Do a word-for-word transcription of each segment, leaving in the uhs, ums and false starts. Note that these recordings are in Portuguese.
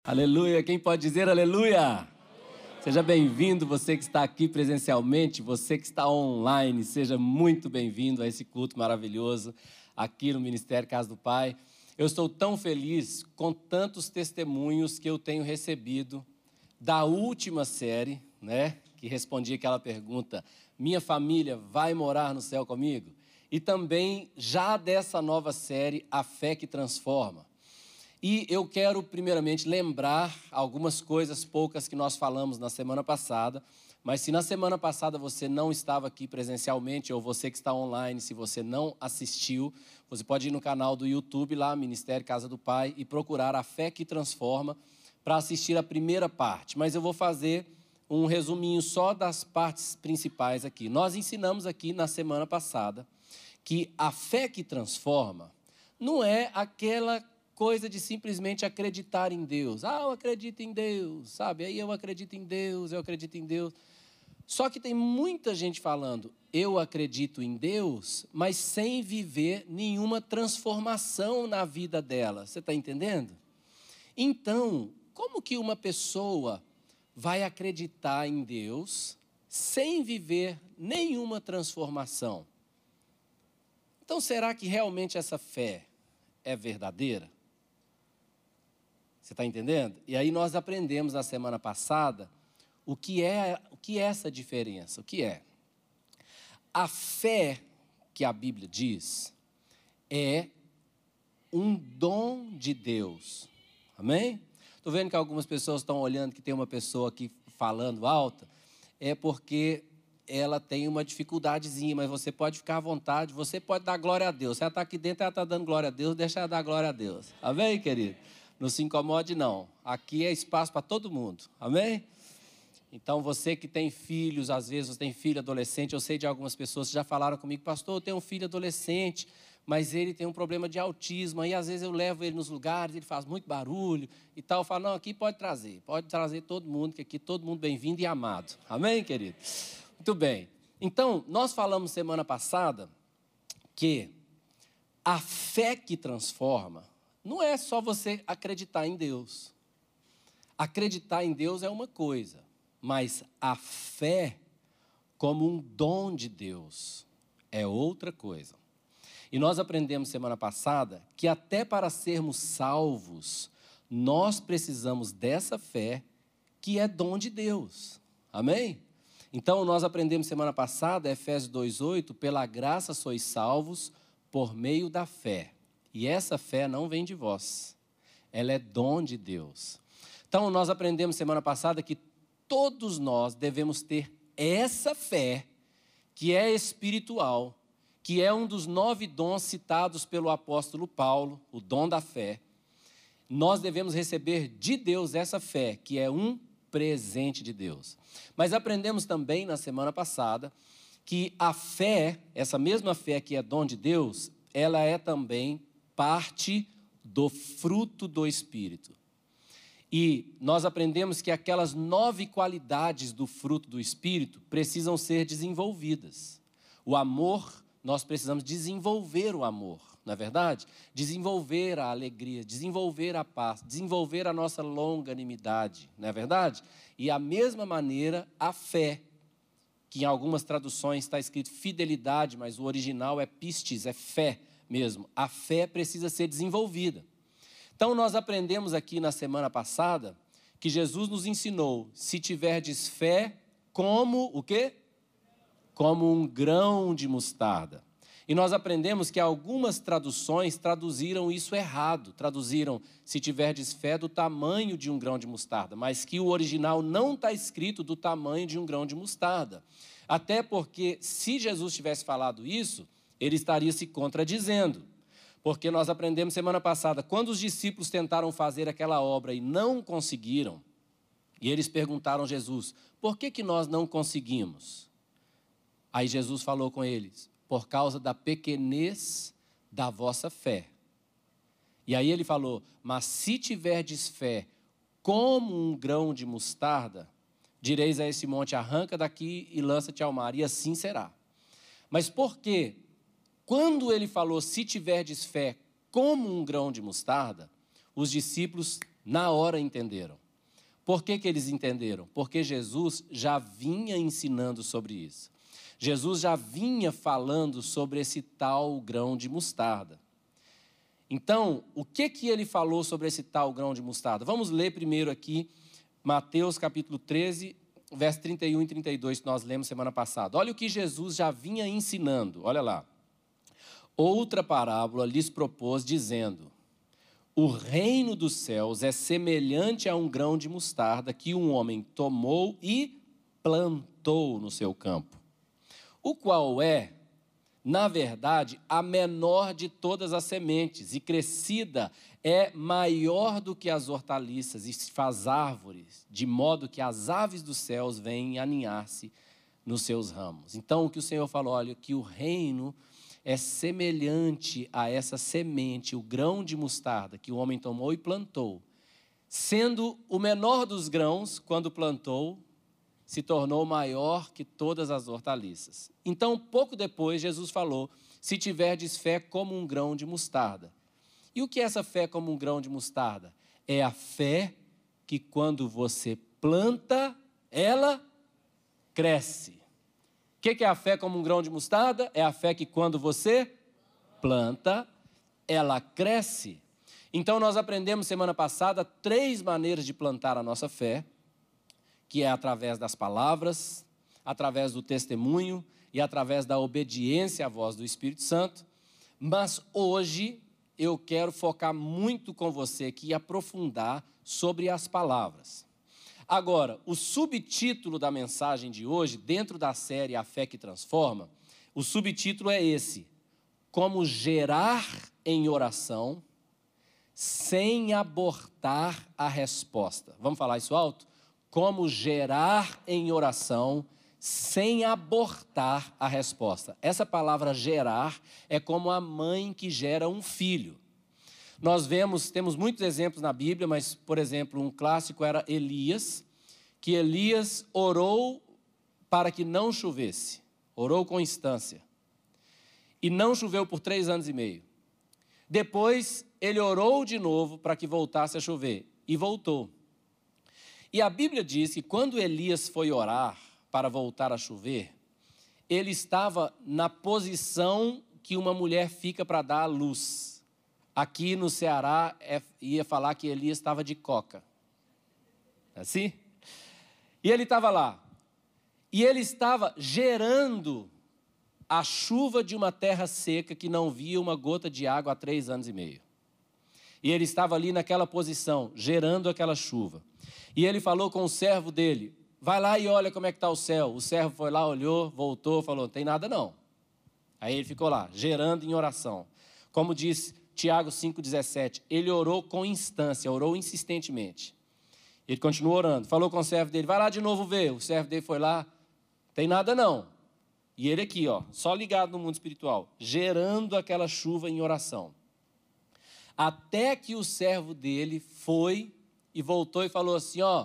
Aleluia, quem pode dizer aleluia? Aleluia. Seja bem-vindo, você que está aqui presencialmente, você que está online, seja muito bem-vindo a esse culto maravilhoso aqui no Ministério Casa do Pai. Eu estou tão feliz com tantos testemunhos que eu tenho recebido da última série, né, que respondia aquela pergunta, minha família vai morar no céu comigo? E também já dessa nova série, A Fé que Transforma. E eu quero, primeiramente, lembrar algumas coisas poucas que nós falamos na semana passada, mas se na semana passada você não estava aqui presencialmente, ou você que está online, se você não assistiu, você pode ir no canal do YouTube, lá, Ministério Casa do Pai, e procurar A Fé que Transforma, para assistir a primeira parte. Mas eu vou fazer um resuminho só das partes principais aqui. Nós ensinamos aqui na semana passada que a fé que transforma não é aquela coisa de simplesmente acreditar em Deus. Ah, eu acredito em Deus, sabe? Aí eu acredito em Deus, eu acredito em Deus. Só que tem muita gente falando, eu acredito em Deus, mas sem viver nenhuma transformação na vida dela. Você está entendendo? Então, como que uma pessoa vai acreditar em Deus sem viver nenhuma transformação? Então, será que realmente essa fé é verdadeira? Você está entendendo? E aí nós aprendemos na semana passada o que é, o que é essa diferença. O que é? A fé que a Bíblia diz é um dom de Deus. Amém? Estou vendo que algumas pessoas estão olhando que tem uma pessoa aqui falando alta. É porque ela tem uma dificuldadezinha, mas você pode ficar à vontade, você pode dar glória a Deus. Se ela está aqui dentro, ela está dando glória a Deus, deixa ela dar glória a Deus. Amém, querido? Não se incomode, não. Aqui é espaço para todo mundo. Amém? Então, você que tem filhos, às vezes você tem filho adolescente, eu sei de algumas pessoas que já falaram comigo, pastor, eu tenho um filho adolescente, mas ele tem um problema de autismo, aí às vezes eu levo ele nos lugares, ele faz muito barulho e tal. Eu falo, não, aqui pode trazer, pode trazer todo mundo, que aqui todo mundo bem-vindo e amado. Amém, querido? Muito bem. Então, nós falamos semana passada que a fé que transforma não é só você acreditar em Deus. Acreditar em Deus é uma coisa, mas a fé como um dom de Deus é outra coisa. E nós aprendemos semana passada que até para sermos salvos, nós precisamos dessa fé que é dom de Deus. Amém? Então, nós aprendemos semana passada, Efésios dois, oito, pela graça sois salvos por meio da fé. E essa fé não vem de vós, ela é dom de Deus. Então, nós aprendemos semana passada que todos nós devemos ter essa fé, que é espiritual, que é um dos nove dons citados pelo apóstolo Paulo, o dom da fé. Nós devemos receber de Deus essa fé, que é um presente de Deus. Mas aprendemos também na semana passada que a fé, essa mesma fé que é dom de Deus, ela é também parte do fruto do Espírito. E nós aprendemos que aquelas nove qualidades do fruto do Espírito precisam ser desenvolvidas. O amor, nós precisamos desenvolver o amor, não é verdade? Desenvolver a alegria, desenvolver a paz, desenvolver a nossa longanimidade, não é verdade? E a mesma maneira, a fé, que em algumas traduções está escrito fidelidade, mas o original é pistis, é fé mesmo. A fé precisa ser desenvolvida. Então, nós aprendemos aqui na semana passada que Jesus nos ensinou, se tiverdes fé, como o quê? Como um grão de mostarda. E nós aprendemos que algumas traduções traduziram isso errado. Traduziram, se tiverdes fé, do tamanho de um grão de mostarda. Mas que o original não está escrito do tamanho de um grão de mostarda. Até porque, se Jesus tivesse falado isso, ele estaria se contradizendo. Porque nós aprendemos semana passada, quando os discípulos tentaram fazer aquela obra e não conseguiram, e eles perguntaram a Jesus, por que que nós não conseguimos? Aí Jesus falou com eles, por causa da pequenez da vossa fé. E aí ele falou, mas se tiverdes fé como um grão de mostarda, direis a esse monte, arranca daqui e lança-te ao mar, e assim será. Mas por quê? Quando ele falou, se tiverdes fé como um grão de mostarda, os discípulos Na hora entenderam. Por que que eles entenderam? Porque Jesus já vinha ensinando sobre isso. Jesus já vinha falando sobre esse tal grão de mostarda. Então, o que que ele falou sobre esse tal grão de mostarda? Vamos ler primeiro aqui Mateus capítulo treze, verso trinta e um e trinta e dois, que nós lemos semana passada. Olha o que Jesus já vinha ensinando, olha lá. Outra parábola lhes propôs, dizendo: o reino dos céus é semelhante a um grão de mostarda que um homem tomou e plantou no seu campo, o qual é, na verdade, a menor de todas as sementes, e crescida é maior do que as hortaliças, e faz árvores, de modo que as aves dos céus vêm aninhar-se nos seus ramos. Então, o que o Senhor falou, olha, que o reino é semelhante a essa semente, o grão de mostarda, que o homem tomou e plantou. Sendo o menor dos grãos, quando plantou, se tornou maior que todas as hortaliças. Então, pouco depois, Jesus falou: se tiverdes fé como um grão de mostarda. E o que é essa fé como um grão de mostarda? É a fé que quando você planta, ela cresce. O que é a fé como um grão de mostarda? É a fé que quando você planta, ela cresce. Então, nós aprendemos semana passada três maneiras de plantar a nossa fé, que é através das palavras, através do testemunho e através da obediência à voz do Espírito Santo. Mas hoje eu quero focar muito com você aqui e aprofundar sobre as palavras. Agora, o subtítulo da mensagem de hoje, dentro da série A Fé que Transforma, o subtítulo é esse: como gerar em oração sem abortar a resposta. Vamos falar isso alto? Como gerar em oração sem abortar a resposta. Essa palavra gerar é como a mãe que gera um filho. Nós vemos, temos muitos exemplos na Bíblia, mas, por exemplo, um clássico era Elias, que Elias orou para que não chovesse, orou com instância, e não choveu por três anos e meio. Depois, ele orou de novo para que voltasse a chover, e voltou. E a Bíblia diz que quando Elias foi orar para voltar a chover, ele estava na posição que uma mulher fica para dar à luz. Aqui no Ceará, é, ia falar que Elias estava de coca. Assim? E ele estava lá. E ele estava gerando a chuva de uma terra seca que não via uma gota de água há três anos e meio. E ele estava ali naquela posição, gerando aquela chuva. E ele falou com o servo dele: vai lá e olha como é que está o céu. O servo foi lá, olhou, voltou, falou: não tem nada não. Aí ele ficou lá, gerando em oração. Como diz Tiago cinco, dezessete, ele orou com instância, orou insistentemente. Ele continuou orando, falou com o servo dele: vai lá de novo ver. O servo dele foi lá: tem nada não. E ele aqui, ó, só ligado no mundo espiritual, gerando aquela chuva em oração. Até que o servo dele foi e voltou e falou assim: ó,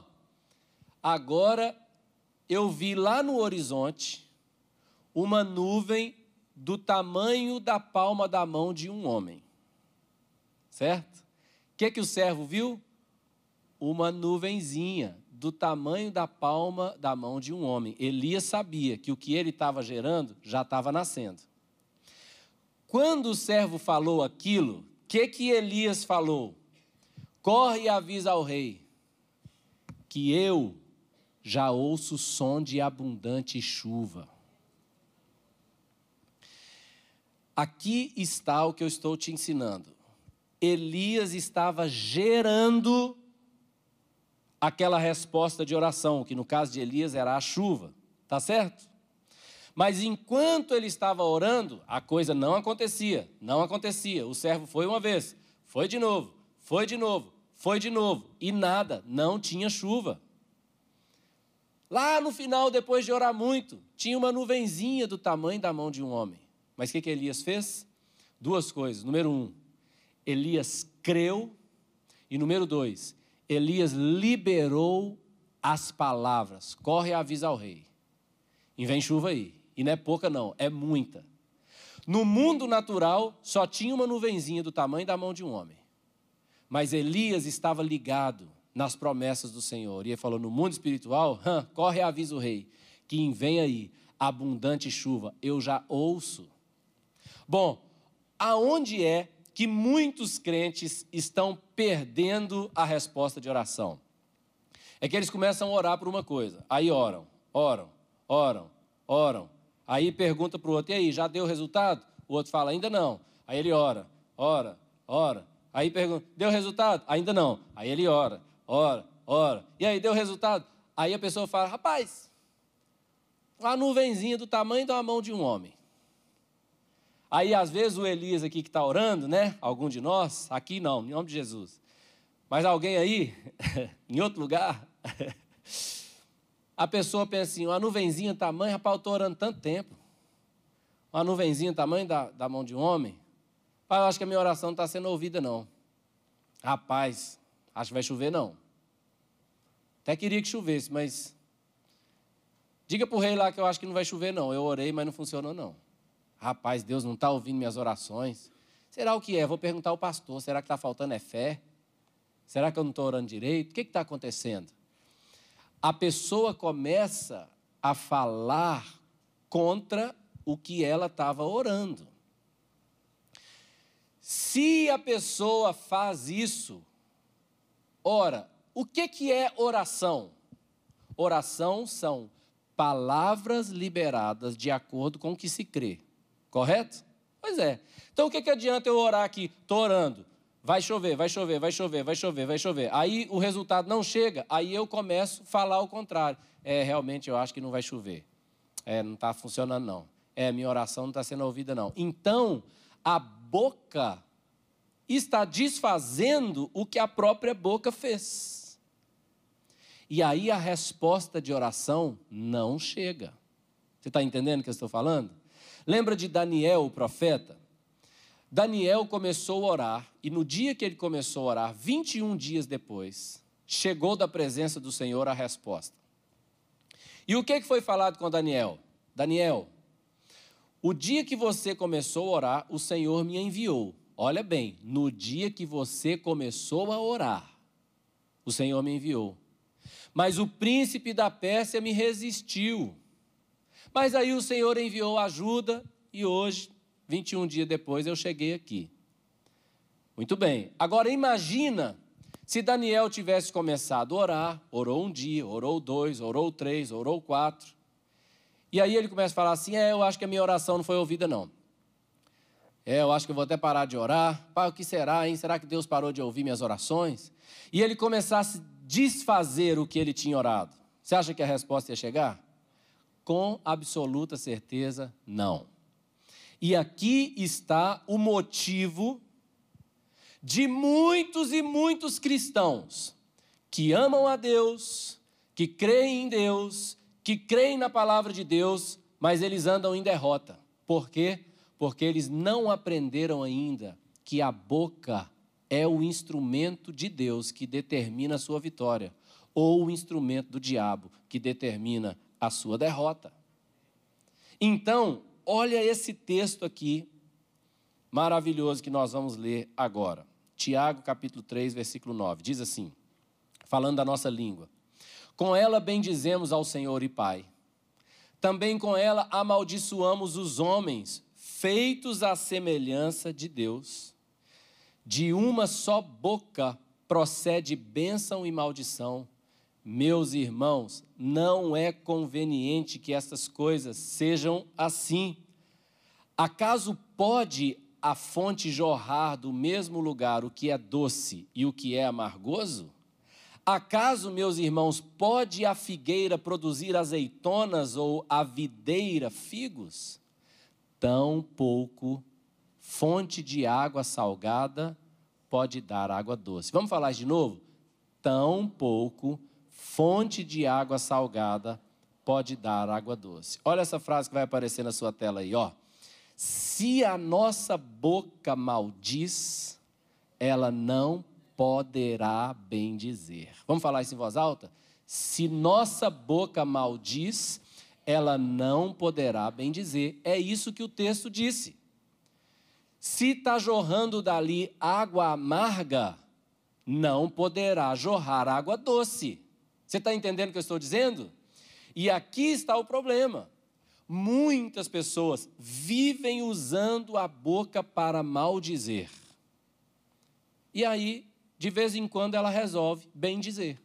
agora eu vi lá no horizonte uma nuvem do tamanho da palma da mão de um homem. Certo? O que que o servo viu? Uma nuvenzinha do tamanho da palma da mão de um homem. Elias sabia que o que ele estava gerando já estava nascendo. Quando o servo falou aquilo, o que que Elias falou? Corre e avisa ao rei que eu já ouço o som de abundante chuva. Aqui está o que eu estou te ensinando. Elias estava gerando aquela resposta de oração, que no caso de Elias era a chuva, tá certo? Mas enquanto ele estava orando, a coisa não acontecia, não acontecia. O servo foi uma vez, foi de novo, foi de novo, foi de novo, e nada, não tinha chuva. Lá no final, depois de orar muito, tinha uma nuvenzinha do tamanho da mão de um homem. Mas o que que Elias fez? Duas coisas. Número um, Elias creu, e número dois, Elias liberou as palavras. Corre e avisa ao rei. E vem chuva aí. E não é pouca não, é muita. No mundo natural, só tinha uma nuvenzinha do tamanho da mão de um homem. Mas Elias estava ligado nas promessas do Senhor. E ele falou, no mundo espiritual, hã, corre e avisa o rei, que vem aí abundante chuva. Eu já ouço. Bom, aonde é que muitos crentes estão perdendo a resposta de oração? É que eles começam a orar por uma coisa, aí oram, oram, oram, oram. Aí pergunta para o outro, e aí, já deu resultado? O outro fala, ainda não. Aí ele ora, ora, ora. Aí pergunta, deu resultado? Ainda não. Aí ele ora, ora, ora. E aí, deu resultado? Aí a pessoa fala, rapaz, uma nuvenzinha do tamanho da mão de um homem. Aí, às vezes, o Elias aqui que está orando, né? Algum de nós, aqui não, em nome de Jesus. Mas alguém aí, em outro lugar, a pessoa pensa assim, uma nuvenzinha do tamanho, rapaz, eu estou orando tanto tempo. Uma nuvenzinha do tamanho da, da mão de um homem. Rapaz, eu acho que a minha oração não está sendo ouvida, não. Rapaz, acho que vai chover, não. Até queria que chovesse, mas... Diga para o rei lá que eu acho que não vai chover, não. Eu orei, mas não funcionou, não. Rapaz, Deus não está ouvindo minhas orações. Será o que é? Vou perguntar ao pastor. Será que está faltando é fé? Será que eu não estou orando direito? O que está acontecendo? A pessoa começa a falar contra o que ela estava orando. Se a pessoa faz isso, ora, o que, que é oração? Oração são palavras liberadas de acordo com o que se crê. Correto? Pois é. Então, o que, que adianta eu orar aqui? Estou orando. Vai chover, vai chover, vai chover, vai chover, vai chover. Aí o resultado não chega, aí eu começo a falar o contrário. É, realmente eu acho que não vai chover. É, não está funcionando não. É, minha oração não está sendo ouvida não. Então, a boca está desfazendo o que a própria boca fez. E aí a resposta de oração não chega. Você está entendendo o que eu estou falando? Lembra de Daniel, o profeta? Daniel começou a orar, e no dia que ele começou a orar, vinte e um dias depois, chegou da presença do Senhor a resposta. E o que foi falado com Daniel? Daniel, o dia que você começou a orar, o Senhor me enviou. Olha bem, no dia que você começou a orar, o Senhor me enviou. Mas o príncipe da Pérsia me resistiu. Mas aí o Senhor enviou ajuda e hoje, vinte e um dias depois, eu cheguei aqui. Muito bem. Agora imagina se Daniel tivesse começado a orar, orou um dia, orou dois, orou três, orou quatro. E aí ele começa a falar assim, é, eu acho que a minha oração não foi ouvida não. É, eu acho que eu vou até parar de orar. Pai, o que será, hein? Será que Deus parou de ouvir minhas orações? E ele começasse a desfazer o que ele tinha orado. Você acha que a resposta ia chegar? Com absoluta certeza, não. E aqui está o motivo de muitos e muitos cristãos que amam a Deus, que creem em Deus, que creem na palavra de Deus, mas eles andam em derrota. Por quê? Porque eles não aprenderam ainda que a boca é o instrumento de Deus que determina a sua vitória, ou o instrumento do diabo que determina a sua derrota. Então, olha esse texto aqui, maravilhoso, que nós vamos ler agora. Tiago, capítulo três, versículo nove, diz assim, falando da nossa língua. Com ela bendizemos ao Senhor e Pai. Também com ela amaldiçoamos os homens, feitos à semelhança de Deus. De uma só boca procede bênção e maldição. Meus irmãos, não é conveniente que estas coisas sejam assim. Acaso pode a fonte jorrar do mesmo lugar o que é doce e o que é amargoso? Acaso, meus irmãos, pode a figueira produzir azeitonas ou a videira figos? Tão pouco fonte de água salgada pode dar água doce. Vamos falar de novo? Tão pouco fonte de água salgada pode dar água doce. Olha essa frase que vai aparecer na sua tela aí, ó. Se a nossa boca maldiz, ela não poderá bendizer. Vamos falar isso em voz alta? Se nossa boca maldiz, ela não poderá bendizer. É isso que o texto disse. Se está jorrando dali água amarga, não poderá jorrar água doce. Você está entendendo o que eu estou dizendo? E aqui está o problema. Muitas pessoas vivem usando a boca para maldizer. E aí, de vez em quando, ela resolve bem dizer.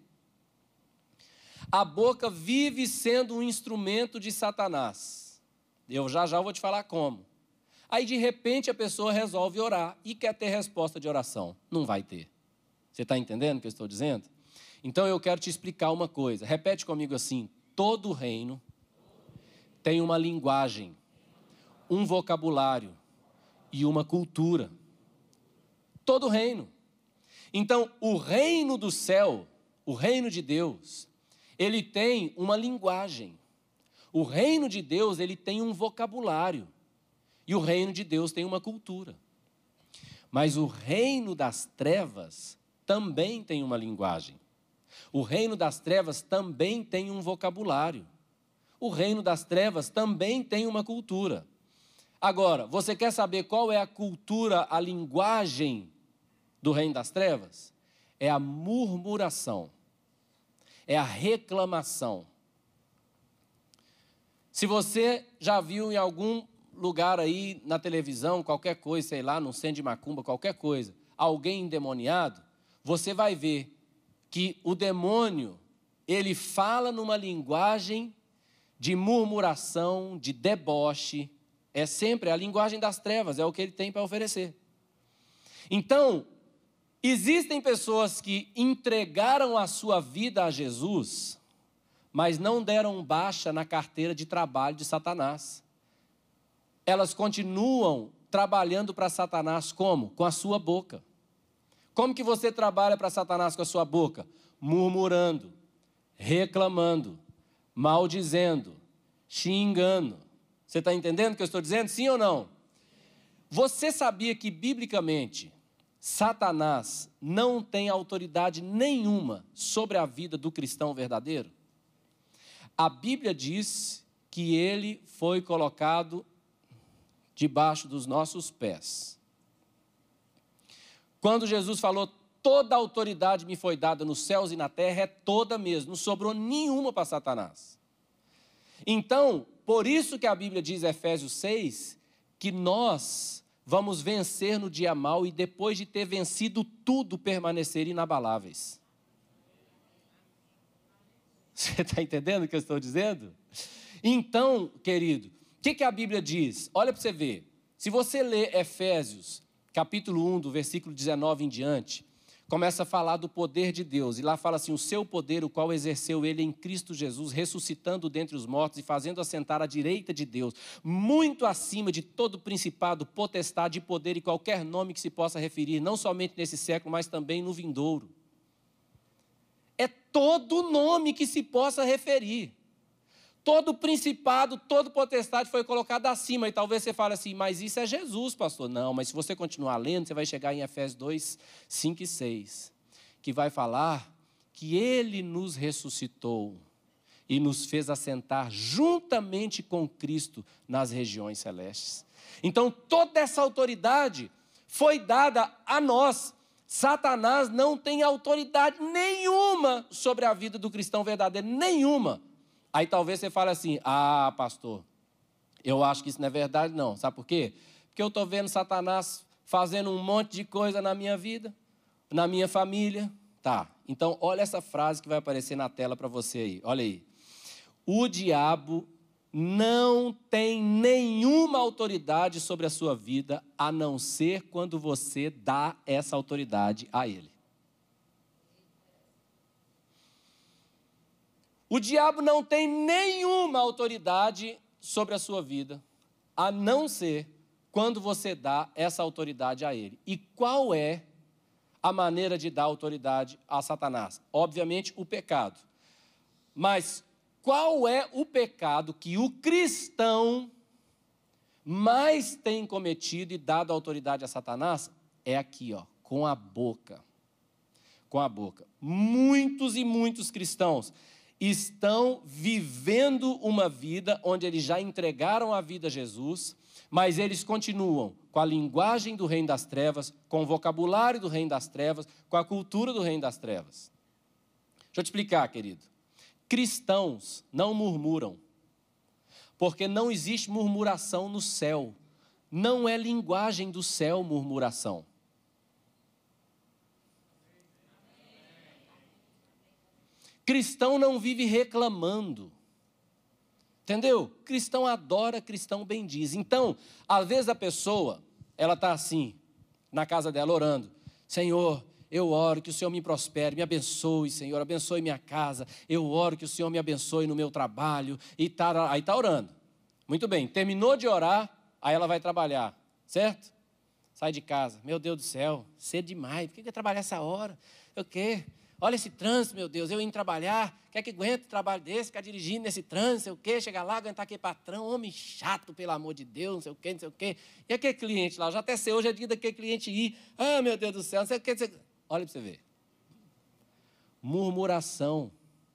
A boca vive sendo um instrumento de Satanás. Eu já já vou te falar como. Aí, de repente, a pessoa resolve orar e quer ter resposta de oração. Não vai ter. Você está entendendo o que eu estou dizendo? Então, eu quero te explicar uma coisa. Repete comigo assim: todo reino tem uma linguagem, um vocabulário e uma cultura. Todo reino. Então, o reino do céu, o reino de Deus, ele tem uma linguagem. O reino de Deus, ele tem um vocabulário. E o reino de Deus tem uma cultura. Mas o reino das trevas também tem uma linguagem. O reino das trevas também tem um vocabulário. O reino das trevas também tem uma cultura. Agora, você quer saber qual é a cultura, a linguagem do reino das trevas? É a murmuração. É a reclamação. Se você já viu em algum lugar aí na televisão, qualquer coisa, sei lá, num centro de macumba, qualquer coisa, alguém endemoniado, você vai ver que o demônio, ele fala numa linguagem de murmuração, de deboche. É sempre a linguagem das trevas, é o que ele tem para oferecer. Então, existem pessoas que entregaram a sua vida a Jesus, mas não deram baixa na carteira de trabalho de Satanás. Elas continuam trabalhando para Satanás como? Com a sua boca. Como que você trabalha para Satanás com a sua boca? Murmurando, reclamando, maldizendo, xingando. Você está entendendo o que eu estou dizendo? Sim ou não? Você sabia que, biblicamente, Satanás não tem autoridade nenhuma sobre a vida do cristão verdadeiro? A Bíblia diz que ele foi colocado debaixo dos nossos pés. Quando Jesus falou, toda a autoridade me foi dada nos céus e na terra, é toda mesmo, não sobrou nenhuma para Satanás. Então, por isso que a Bíblia diz, Efésios seis, que nós vamos vencer no dia mau e depois de ter vencido tudo, permanecer inabaláveis. Você está entendendo o que eu estou dizendo? Então, querido, o que, que a Bíblia diz? Olha para você ver. Se você ler Efésios, capítulo um, do versículo dezenove em diante, começa a falar do poder de Deus. E lá fala assim, o seu poder, o qual exerceu ele em Cristo Jesus, ressuscitando dentre os mortos e fazendo assentar à direita de Deus, muito acima de todo principado, potestade e poder e qualquer nome que se possa referir, não somente nesse século, mas também no vindouro. É todo nome que se possa referir. Todo principado, todo potestade foi colocado acima. E talvez você fale assim, mas isso é Jesus, pastor. Não, mas se você continuar lendo, você vai chegar em Efésios dois, cinco e seis, que vai falar que ele nos ressuscitou e nos fez assentar juntamente com Cristo nas regiões celestes. Então, toda essa autoridade foi dada a nós. Satanás não tem autoridade nenhuma sobre a vida do cristão verdadeiro, nenhuma. Aí talvez você fale assim, ah, pastor, eu acho que isso não é verdade não. Sabe por quê? Porque eu estou vendo Satanás fazendo um monte de coisa na minha vida, na minha família. Tá, então olha essa frase que vai aparecer na tela para você aí, olha aí. O diabo não tem nenhuma autoridade sobre a sua vida, a não ser quando você dá essa autoridade a ele. O diabo não tem nenhuma autoridade sobre a sua vida, a não ser quando você dá essa autoridade a ele. E qual é a maneira de dar autoridade a Satanás? Obviamente, o pecado. Mas qual é o pecado que o cristão mais tem cometido e dado autoridade a Satanás? É aqui, ó, com a boca. Com a boca. Muitos e muitos cristãos estão vivendo uma vida onde eles já entregaram a vida a Jesus, Mas eles continuam com a linguagem do reino das trevas, com o vocabulário do reino das trevas, com a cultura do reino das trevas. Deixa eu te explicar, querido. Cristãos não murmuram, porque não existe murmuração no céu. Não é linguagem do céu murmuração. Cristão não vive reclamando. Entendeu? Cristão adora, cristão bendiz. Então, às vezes a pessoa, ela está assim, na casa dela orando. Senhor, eu oro que o Senhor me prospere, me abençoe, Senhor, abençoe minha casa. Eu oro que o Senhor me abençoe no meu trabalho. E tá, aí está orando. Muito bem, terminou de orar, aí ela vai trabalhar, certo? Sai de casa. Meu Deus do céu, cedo demais. Por que eu trabalhar essa hora? O quê? Olha esse trânsito, meu Deus, eu indo trabalhar, quer que aguente um trabalho desse, ficar dirigindo nesse trânsito, sei o quê, chegar lá, aguentar aquele patrão, homem chato, pelo amor de Deus, não sei o quê, não sei o quê. E aquele cliente lá, já até sei, hoje é dia daquele cliente ir, ah, meu Deus do céu, não sei o quê, não sei o quê. Olha para você ver. Murmuração,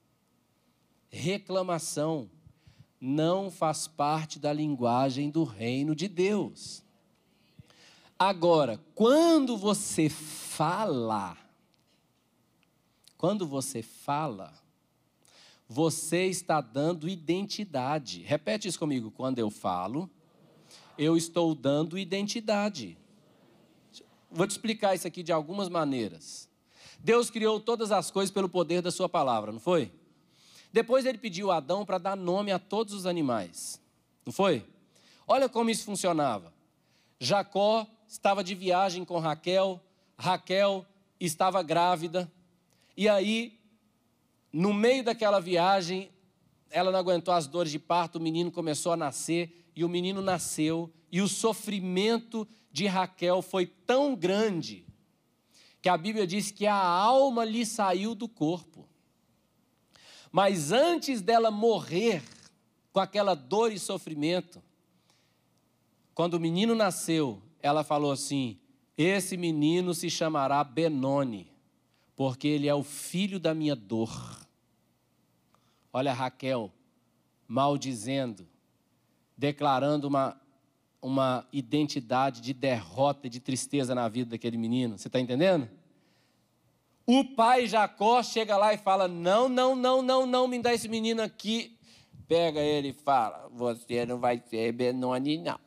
reclamação, não faz parte da linguagem do reino de Deus. Agora, quando você fala, quando você fala, você está dando identidade. Repete isso comigo. Quando eu falo, eu estou dando identidade. Vou te explicar isso aqui de algumas maneiras. Deus criou todas as coisas pelo poder da sua palavra, não foi? Depois ele pediu a Adão para dar nome a todos os animais, não foi? Olha como isso funcionava. Jacó estava de viagem com Raquel, Raquel estava grávida. E aí, no meio daquela viagem, ela não aguentou as dores de parto, o menino começou a nascer, e o menino nasceu, e o sofrimento de Raquel foi tão grande, que a Bíblia diz que a alma lhe saiu do corpo. Mas antes dela morrer, com aquela dor e sofrimento, quando o menino nasceu, ela falou assim, esse menino se chamará Benoni, porque ele é o filho da minha dor. Olha Raquel, maldizendo, declarando uma, uma identidade de derrota e de tristeza na vida daquele menino. Você está entendendo? O pai Jacó chega lá e fala, não, não, não, não, não, me dá esse menino aqui. Pega ele e fala, você não vai ser Benoni, não.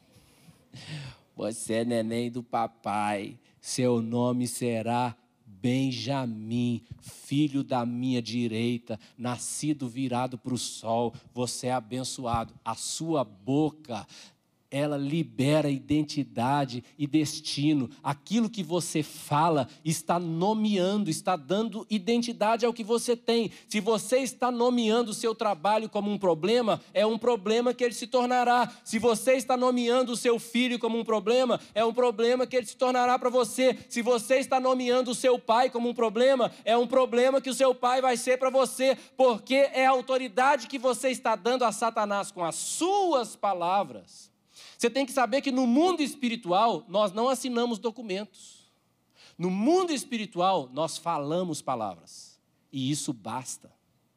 Você é neném do papai, seu nome será Benjamim, filho da minha direita, nascido virado para o sol, você é abençoado. A sua boca, ela libera identidade e destino. Aquilo que você fala está nomeando, está dando identidade ao que você tem. Se você está nomeando o seu trabalho como um problema, é um problema que ele se tornará. Se você está nomeando o seu filho como um problema, é um problema que ele se tornará para você. Se você está nomeando o seu pai como um problema, é um problema que o seu pai vai ser para você, porque é a autoridade que você está dando a Satanás com as suas palavras. Você tem que saber que no mundo espiritual, nós não assinamos documentos. No mundo espiritual, nós falamos palavras. E isso basta.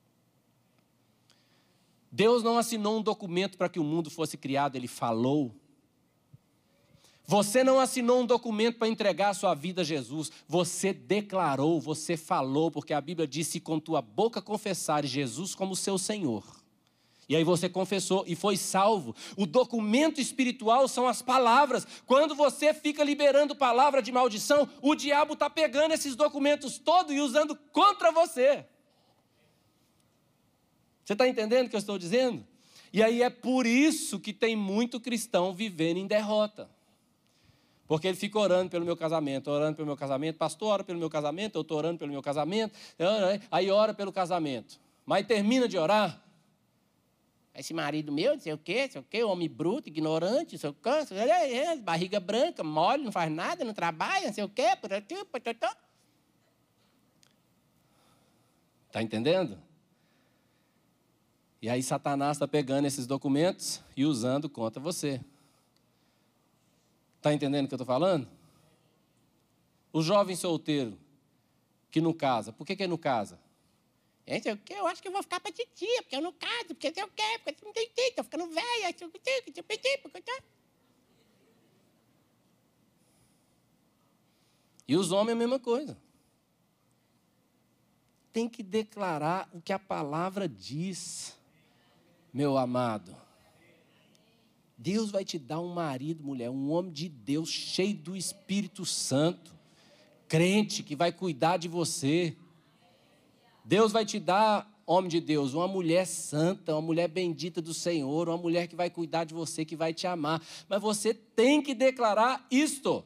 Deus não assinou um documento para que o mundo fosse criado, Ele falou. Você não assinou um documento para entregar a sua vida a Jesus. Você declarou, você falou, porque a Bíblia diz, se com tua boca confessares Jesus como seu Senhor. E aí você confessou e foi salvo. O documento espiritual são as palavras. Quando você fica liberando palavra de maldição, o diabo está pegando esses documentos todos e usando contra você. Você está entendendo o que eu estou dizendo? E aí é por isso que tem muito cristão vivendo em derrota. Porque ele fica orando pelo meu casamento, orando pelo meu casamento. Pastor, ora pelo meu casamento, eu estou orando pelo meu casamento. Aí ora pelo casamento. Mas termina de orar. Esse marido meu, não sei o quê, não sei o quê, homem bruto, ignorante, não sei o quê, barriga branca, mole, não faz nada, não trabalha, não sei o quê. Está entendendo? E aí Satanás está pegando esses documentos e usando contra você. Está entendendo o que eu estou falando? O jovem solteiro que não casa, por que que ele não casa? É, sei o quê, eu acho que eu vou ficar para titia, porque eu não caso, porque sei o quê, porque eu não tenho tempo, estou ficando velha. E os homens a mesma coisa. Tem que declarar o que a palavra diz, meu amado. Deus vai te dar um marido, mulher, um homem de Deus, cheio do Espírito Santo, crente, que vai cuidar de você. Deus vai te dar, homem de Deus, uma mulher santa, uma mulher bendita do Senhor, uma mulher que vai cuidar de você, que vai te amar. Mas você tem que declarar isto.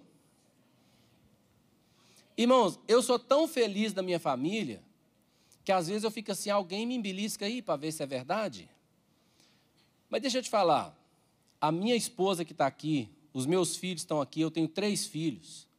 Irmãos, eu sou tão feliz da minha família, que às vezes eu fico assim, alguém me embelisca aí para ver se é verdade. Mas deixa eu te falar, a minha esposa que está aqui, os meus filhos estão aqui, eu tenho três filhos.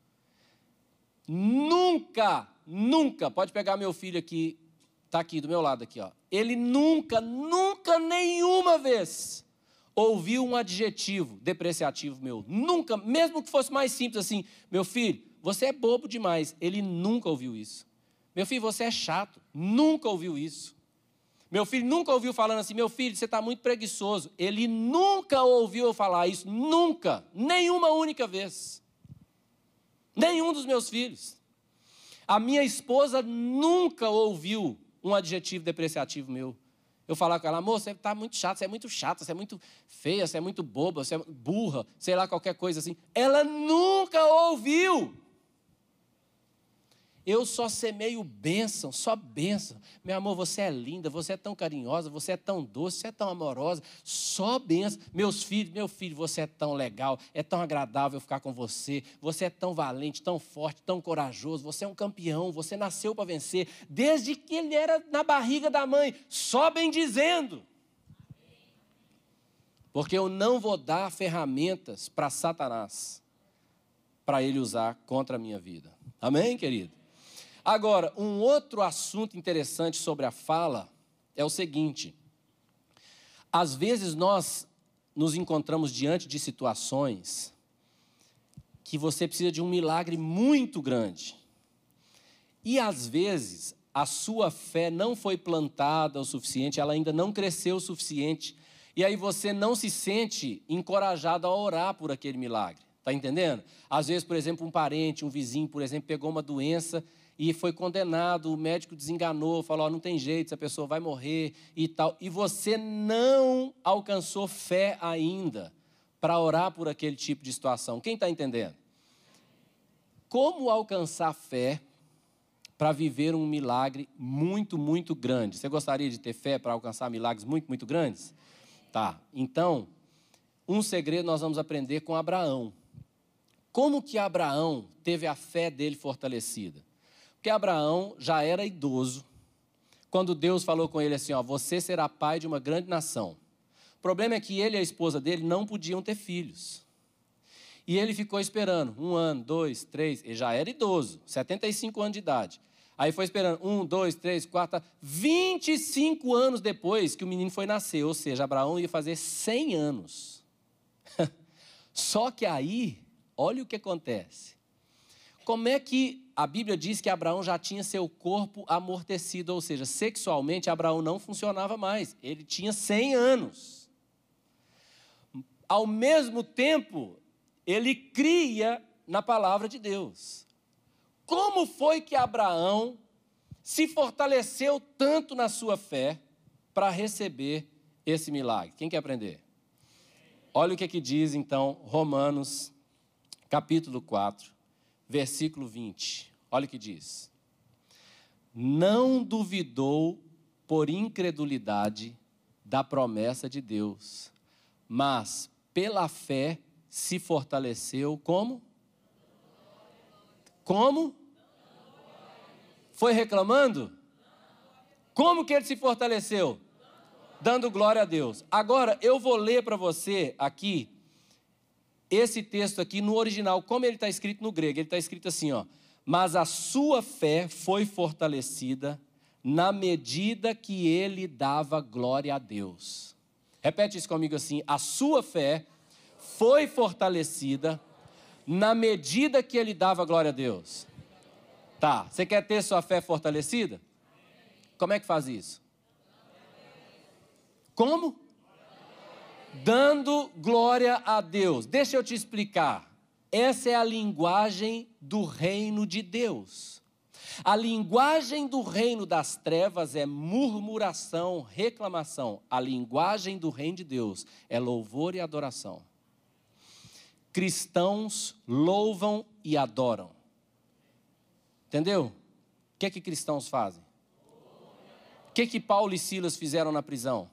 Nunca, nunca, pode pegar meu filho aqui, está aqui do meu lado aqui, ó. Ele nunca, nunca, nenhuma vez ouviu um adjetivo depreciativo meu. Nunca, mesmo que fosse mais simples assim, meu filho, você é bobo demais. Ele nunca ouviu isso. Meu filho, você é chato. Nunca ouviu isso. Meu filho nunca ouviu falando assim, meu filho, você está muito preguiçoso. Ele nunca ouviu eu falar isso, nunca, nenhuma única vez. Nenhum dos meus filhos. A minha esposa nunca ouviu um adjetivo depreciativo meu. Eu falar com ela, amor, você está muito chato, você é muito chata, você é muito feia, você é muito boba, você é burra, sei lá, qualquer coisa assim. Ela nunca ouviu. Eu só semeio bênção, só bênção. Meu amor, você é linda, você é tão carinhosa, você é tão doce, você é tão amorosa, só bênção. Meus filhos, meu filho, você é tão legal, é tão agradável ficar com você, você é tão valente, tão forte, tão corajoso, você é um campeão, você nasceu para vencer, desde que ele era na barriga da mãe, só bendizendo. Porque eu não vou dar ferramentas para Satanás, para ele usar contra a minha vida. Amém, querido? Agora, um outro assunto interessante sobre a fala é o seguinte. Às vezes nós nos encontramos diante de situações que você precisa de um milagre muito grande. E às vezes a sua fé não foi plantada o suficiente, ela ainda não cresceu o suficiente, e aí você não se sente encorajado a orar por aquele milagre. Está entendendo? Às vezes, por exemplo, um parente, um vizinho, por exemplo, pegou uma doença e foi condenado, o médico desenganou, falou, oh, não tem jeito, essa pessoa vai morrer e tal. E você não alcançou fé ainda para orar por aquele tipo de situação. Quem está entendendo? Como alcançar fé para viver um milagre muito, muito grande? Você gostaria de ter fé para alcançar milagres muito, muito grandes? Tá, então, um segredo nós vamos aprender com Abraão. Como que Abraão teve a fé dele fortalecida? Porque Abraão já era idoso, quando Deus falou com ele assim, ó, você será pai de uma grande nação. O problema é que ele e a esposa dele não podiam ter filhos. E ele ficou esperando um ano, dois, três, ele já era idoso, setenta e cinco anos de idade. Aí foi esperando um, dois, três, quatro, vinte e cinco anos depois que o menino foi nascer, ou seja, Abraão ia fazer cem anos. Só que aí, olha o que acontece. Como é que a Bíblia diz que Abraão já tinha seu corpo amortecido, ou seja, sexualmente Abraão não funcionava mais, ele tinha cem anos. Ao mesmo tempo, ele cria na palavra de Deus. Como foi que Abraão se fortaleceu tanto na sua fé para receber esse milagre? Quem quer aprender? Olha o que, que diz então Romanos, capítulo quatro, versículo vinte. Olha o que diz. Não duvidou por incredulidade da promessa de Deus, mas pela fé se fortaleceu como? Como? Foi reclamando? Como que ele se fortaleceu? Dando glória a Deus. Agora, eu vou ler para você aqui, esse texto aqui no original, como ele está escrito no grego. Ele está escrito assim, ó. Mas a sua fé foi fortalecida na medida que ele dava glória a Deus. Repete isso comigo assim. A sua fé foi fortalecida na medida que ele dava glória a Deus. Tá, você quer ter sua fé fortalecida? Como é que faz isso? Como? Dando glória a Deus. Deixa eu te explicar. Essa é a linguagem do reino de Deus. A linguagem do reino das trevas é murmuração, reclamação. A linguagem do reino de Deus é louvor e adoração. Cristãos louvam e adoram. Entendeu? O que é que cristãos fazem? O que é que Paulo e Silas fizeram na prisão?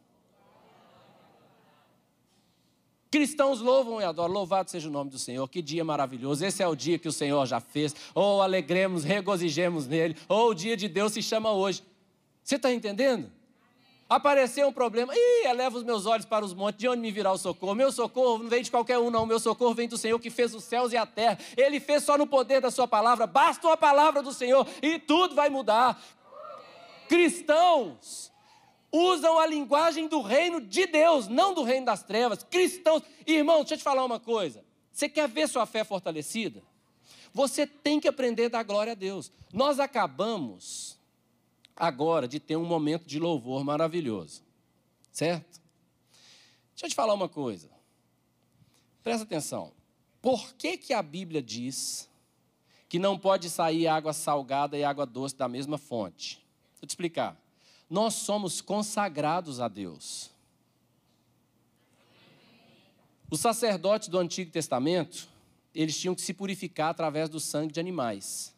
Cristãos louvam e adoram. Louvado seja o nome do Senhor. Que dia maravilhoso. Esse é o dia que o Senhor já fez. Ou alegremos, regozijemos nele. Ou o dia de Deus se chama hoje. Você está entendendo? Apareceu um problema. Ih, eleva os meus olhos para os montes. De onde me virá o socorro? Meu socorro não vem de qualquer um, não. Meu socorro vem do Senhor que fez os céus e a terra. Ele fez só no poder da sua palavra. Basta uma palavra do Senhor e tudo vai mudar. Cristãos usam a linguagem do reino de Deus, não do reino das trevas. Cristãos, irmão, deixa eu te falar uma coisa. Você quer ver sua fé fortalecida? Você tem que aprender a dar glória a Deus. Nós acabamos agora de ter um momento de louvor maravilhoso, certo? Deixa eu te falar uma coisa. Presta atenção. Por que que a Bíblia diz que não pode sair água salgada e água doce da mesma fonte? Deixa eu te explicar. Nós somos consagrados a Deus. Os sacerdotes do Antigo Testamento, eles tinham que se purificar através do sangue de animais.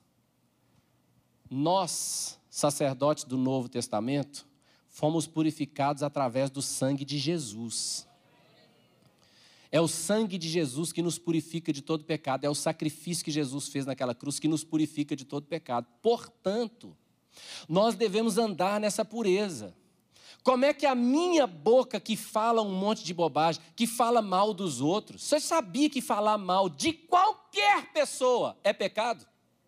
Nós, sacerdotes do Novo Testamento, fomos purificados através do sangue de Jesus. É o sangue de Jesus que nos purifica de todo pecado. É o sacrifício que Jesus fez naquela cruz que nos purifica de todo pecado. Portanto, nós devemos andar nessa pureza. Como é que a minha boca que fala um monte de bobagem, que fala mal dos outros, você sabia que falar mal de qualquer pessoa é pecado?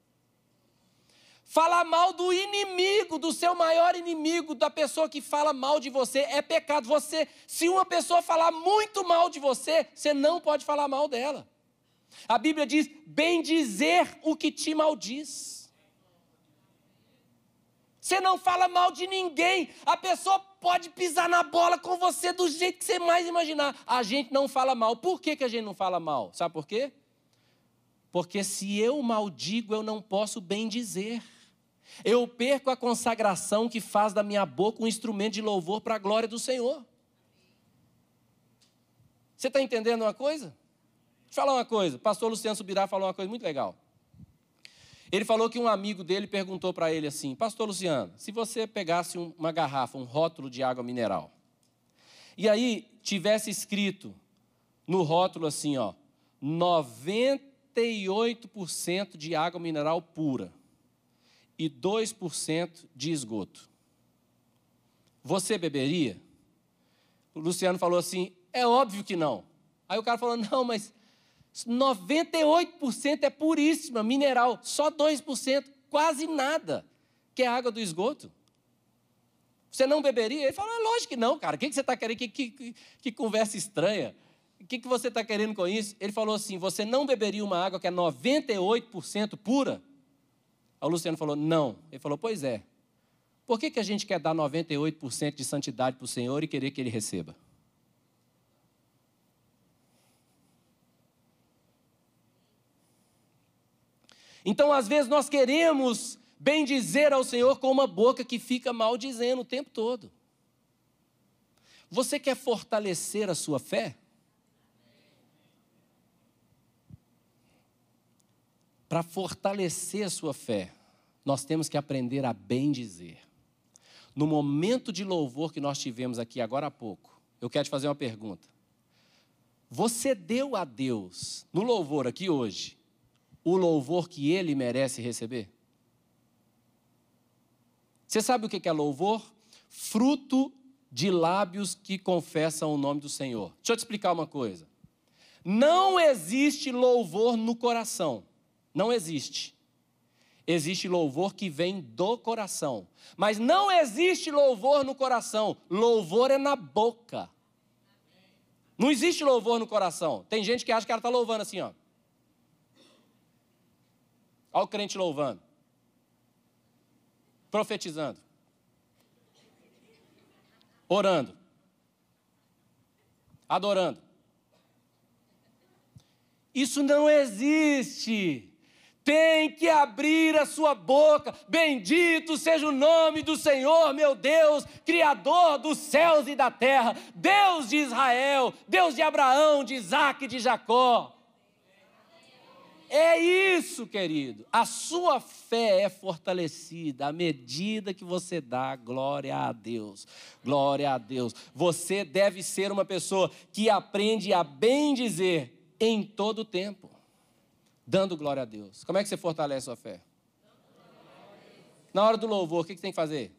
Falar mal do inimigo, do seu maior inimigo, da pessoa que fala mal de você, é pecado. Você, se uma pessoa falar muito mal de você, você não pode falar mal dela. A Bíblia diz, bem dizer o que te maldiz. Você não fala mal de ninguém. A pessoa pode pisar na bola com você do jeito que você mais imaginar. A gente não fala mal. Por que que a gente não fala mal? Sabe por quê? Porque se eu maldigo, eu não posso bem dizer. Eu perco a consagração que faz da minha boca um instrumento de louvor para a glória do Senhor. Você está entendendo uma coisa? Deixa eu falar uma coisa. O pastor Luciano Subirá falou uma coisa muito legal. Ele falou que um amigo dele perguntou para ele assim, pastor Luciano, se você pegasse uma garrafa, um rótulo de água mineral, e aí tivesse escrito no rótulo assim, ó, noventa e oito por cento de água mineral pura e dois por cento de esgoto, você beberia? O Luciano falou assim, é óbvio que não. Aí o cara falou, não, mas noventa e oito por cento é puríssima, mineral, só dois por cento, quase nada, que é água do esgoto. Você não beberia? Ele falou, lógico que não, cara, o que, que você está querendo? Que, que, que conversa estranha. O que, que você está querendo com isso? Ele falou assim, você não beberia uma água que é noventa e oito por cento pura? Aí o Luciano falou, não. Ele falou, pois é. Por que, que a gente quer dar noventa e oito por cento de santidade para o Senhor e querer que Ele receba? Então, às vezes, nós queremos bem dizer ao Senhor com uma boca que fica maldizendo o tempo todo. Você quer fortalecer a sua fé? Para fortalecer a sua fé, nós temos que aprender a bem dizer. No momento de louvor que nós tivemos aqui agora há pouco, eu quero te fazer uma pergunta. Você deu a Deus, no louvor aqui hoje, o louvor que Ele merece receber? Você sabe o que é louvor? Fruto de lábios que confessam o nome do Senhor. Deixa eu te explicar uma coisa. Não existe louvor no coração. Não existe. Existe louvor que vem do coração. Mas não existe louvor no coração. Louvor é na boca. Não existe louvor no coração. Tem gente que acha que ela está louvando assim, ó. Olha o crente louvando. Profetizando. Orando. Adorando. Isso não existe. Tem que abrir a sua boca. Bendito seja o nome do Senhor, meu Deus, Criador dos céus e da terra, Deus de Israel, Deus de Abraão, de Isaque e de Jacó. É isso, querido. A sua fé é fortalecida à medida que você dá glória a Deus. Glória a Deus. Você deve ser uma pessoa que aprende a bem dizer em todo o tempo, dando glória a Deus. Como é que você fortalece a sua fé? Na hora do louvor, o que você tem que fazer?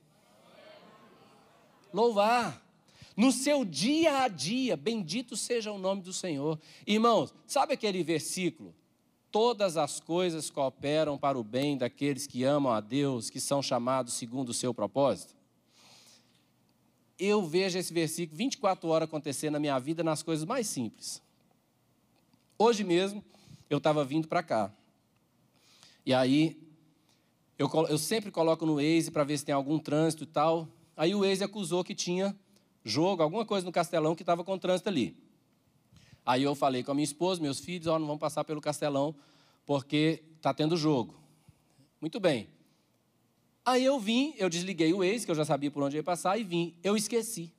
Louvar. No seu dia a dia, bendito seja o nome do Senhor. Irmãos, sabe aquele versículo? Todas as coisas cooperam para o bem daqueles que amam a Deus, que são chamados segundo o seu propósito. Eu vejo esse versículo vinte e quatro horas acontecer na minha vida nas coisas mais simples. Hoje mesmo, eu estava vindo para cá. E aí, eu, eu sempre coloco no Waze para ver se tem algum trânsito e tal. Aí o Waze acusou que tinha jogo, alguma coisa no Castelão que estava com trânsito ali. Aí eu falei com a minha esposa, meus filhos, ó, não vão passar pelo Castelão, porque está tendo jogo. Muito bem. Aí eu vim, eu desliguei o Waze, que eu já sabia por onde eu ia passar, e vim. Eu esqueci.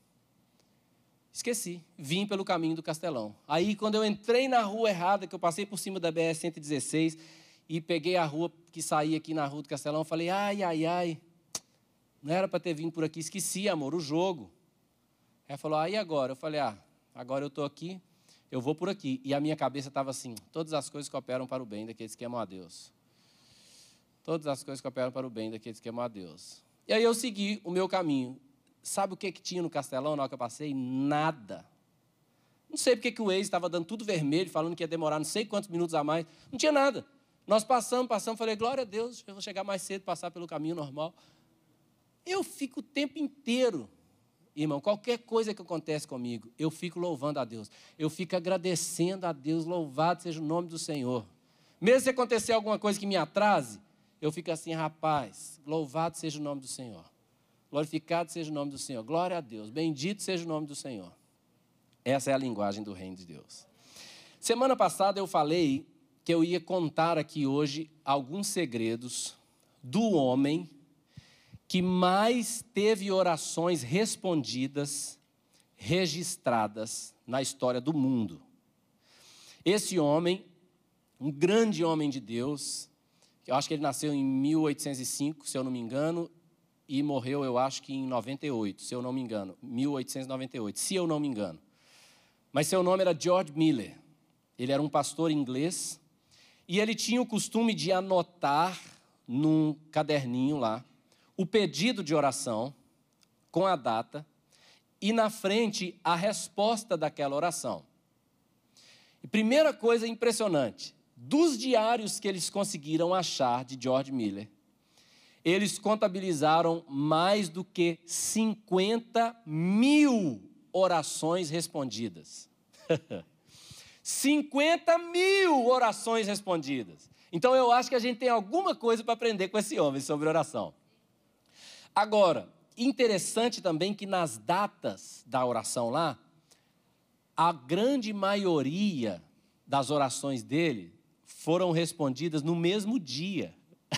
Esqueci. Vim pelo caminho do Castelão. Aí, quando eu entrei na rua errada, que eu passei por cima da B R cento e dezesseis, e peguei a rua que saía aqui na rua do Castelão, eu falei, ai, ai, ai, não era para ter vindo por aqui, esqueci, amor, o jogo. Ela falou, ah, e agora? Eu falei, ah, agora eu estou aqui, eu vou por aqui. E a minha cabeça estava assim, todas as coisas cooperam para o bem daqueles que amam a Deus. Todas as coisas cooperam para o bem daqueles que amam a Deus. E aí eu segui o meu caminho. Sabe o que, que tinha no Castelão na hora que eu passei? Nada. Não sei porque que o Waze estava dando tudo vermelho, falando que ia demorar não sei quantos minutos a mais. Não tinha nada. Nós passamos, passamos, falei, glória a Deus, eu vou chegar mais cedo, passar pelo caminho normal. Eu fico o tempo inteiro, irmão, qualquer coisa que acontece comigo, eu fico louvando a Deus. Eu fico agradecendo a Deus, louvado seja o nome do Senhor. Mesmo se acontecer alguma coisa que me atrase, eu fico assim, rapaz, louvado seja o nome do Senhor. Glorificado seja o nome do Senhor. Glória a Deus. Bendito seja o nome do Senhor. Essa é a linguagem do reino de Deus. Semana passada eu falei que eu ia contar aqui hoje alguns segredos do homem que mais teve orações respondidas, registradas na história do mundo. Esse homem, um grande homem de Deus, eu acho que ele nasceu em mil oitocentos e cinco, se eu não me engano, e morreu, eu acho que em noventa e oito, se eu não me engano, mil oitocentos e noventa e oito, se eu não me engano. Mas seu nome era George Miller. Ele era um pastor inglês e ele tinha o costume de anotar num caderninho lá o pedido de oração com a data e na frente a resposta daquela oração. E primeira coisa impressionante, dos diários que eles conseguiram achar de George Miller, eles contabilizaram mais do que cinquenta mil orações respondidas. cinquenta mil orações respondidas. Então, eu acho que a gente tem alguma coisa para aprender com esse homem sobre oração. Agora, interessante também que nas datas da oração lá, a grande maioria das orações dele foram respondidas no mesmo dia.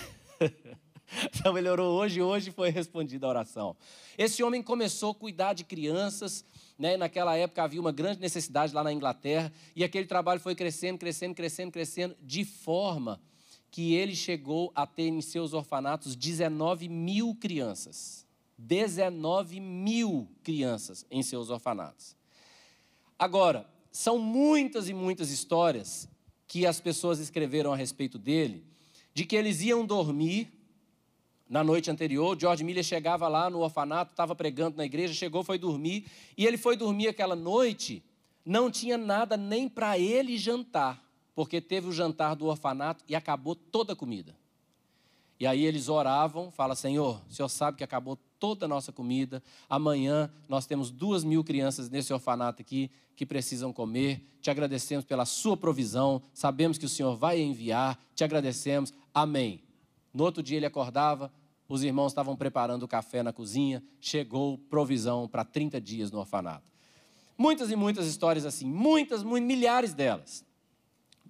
Então, ele orou hoje e hoje foi respondida a oração. Esse homem começou a cuidar de crianças, né? Naquela época havia uma grande necessidade lá na Inglaterra, e aquele trabalho foi crescendo, crescendo, crescendo, crescendo, de forma que ele chegou a ter em seus orfanatos dezenove mil crianças. dezenove mil crianças em seus orfanatos. Agora, são muitas e muitas histórias que as pessoas escreveram a respeito dele, de que eles iam dormir na noite anterior. George Miller chegava lá no orfanato, estava pregando na igreja, chegou, foi dormir, e ele foi dormir aquela noite, não tinha nada nem para ele jantar, porque teve o jantar do orfanato e acabou toda a comida. E aí eles oravam, fala, Senhor, o Senhor sabe que acabou toda a nossa comida, amanhã nós temos duas mil crianças nesse orfanato aqui que precisam comer, te agradecemos pela sua provisão, sabemos que o Senhor vai enviar, te agradecemos, amém. No outro dia ele acordava, os irmãos estavam preparando o café na cozinha, chegou provisão para trinta dias no orfanato. Muitas e muitas histórias assim, muitas, muitas, milhares delas.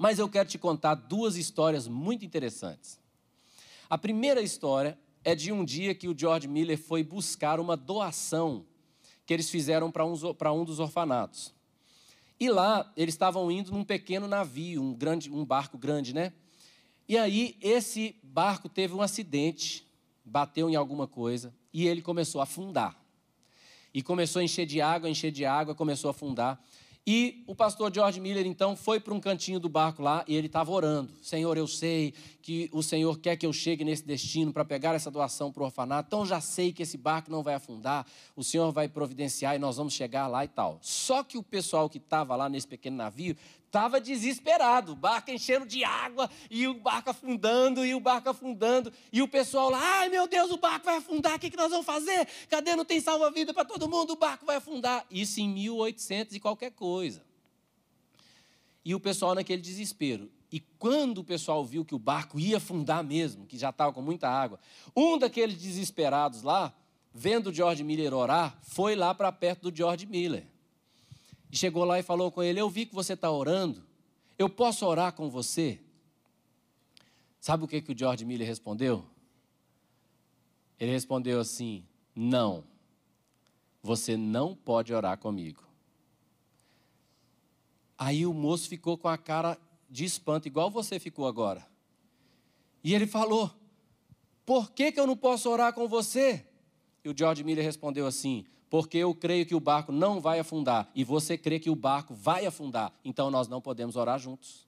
Mas eu quero te contar duas histórias muito interessantes. A primeira história é de um dia que o George Miller foi buscar uma doação que eles fizeram para um, para um dos orfanatos. E lá, eles estavam indo num pequeno navio, um, grande, um barco grande, né? E aí, esse barco teve um acidente, bateu em alguma coisa, e ele começou a afundar. E começou a encher de água, encher de água, começou a afundar. E o pastor George Miller, então, foi para um cantinho do barco lá e ele estava orando. Senhor, eu sei que o Senhor quer que eu chegue nesse destino para pegar essa doação para o orfanato. Então, já sei que esse barco não vai afundar. O Senhor vai providenciar e nós vamos chegar lá e tal. Só que o pessoal que estava lá nesse pequeno navio estava desesperado. O barco enchendo de água e o barco afundando e o barco afundando. E o pessoal lá, ai meu Deus, o barco vai afundar. O que, que nós vamos fazer? Cadê? Não tem salva-vida para todo mundo? O barco vai afundar. Isso em mil e oitocentos e qualquer coisa. E o pessoal naquele desespero. E quando o pessoal viu que o barco ia afundar mesmo, que já estava com muita água, um daqueles desesperados lá, vendo o George Miller orar, foi lá para perto do George Miller. E chegou lá e falou com ele, eu vi que você está orando, eu posso orar com você? Sabe o que, que o George Miller respondeu? Ele respondeu assim, não, você não pode orar comigo. Aí o moço ficou com a cara de espanto, igual você ficou agora. E ele falou, por que, que eu não posso orar com você? E o George Miller respondeu assim, porque eu creio que o barco não vai afundar, e você crê que o barco vai afundar, então nós não podemos orar juntos.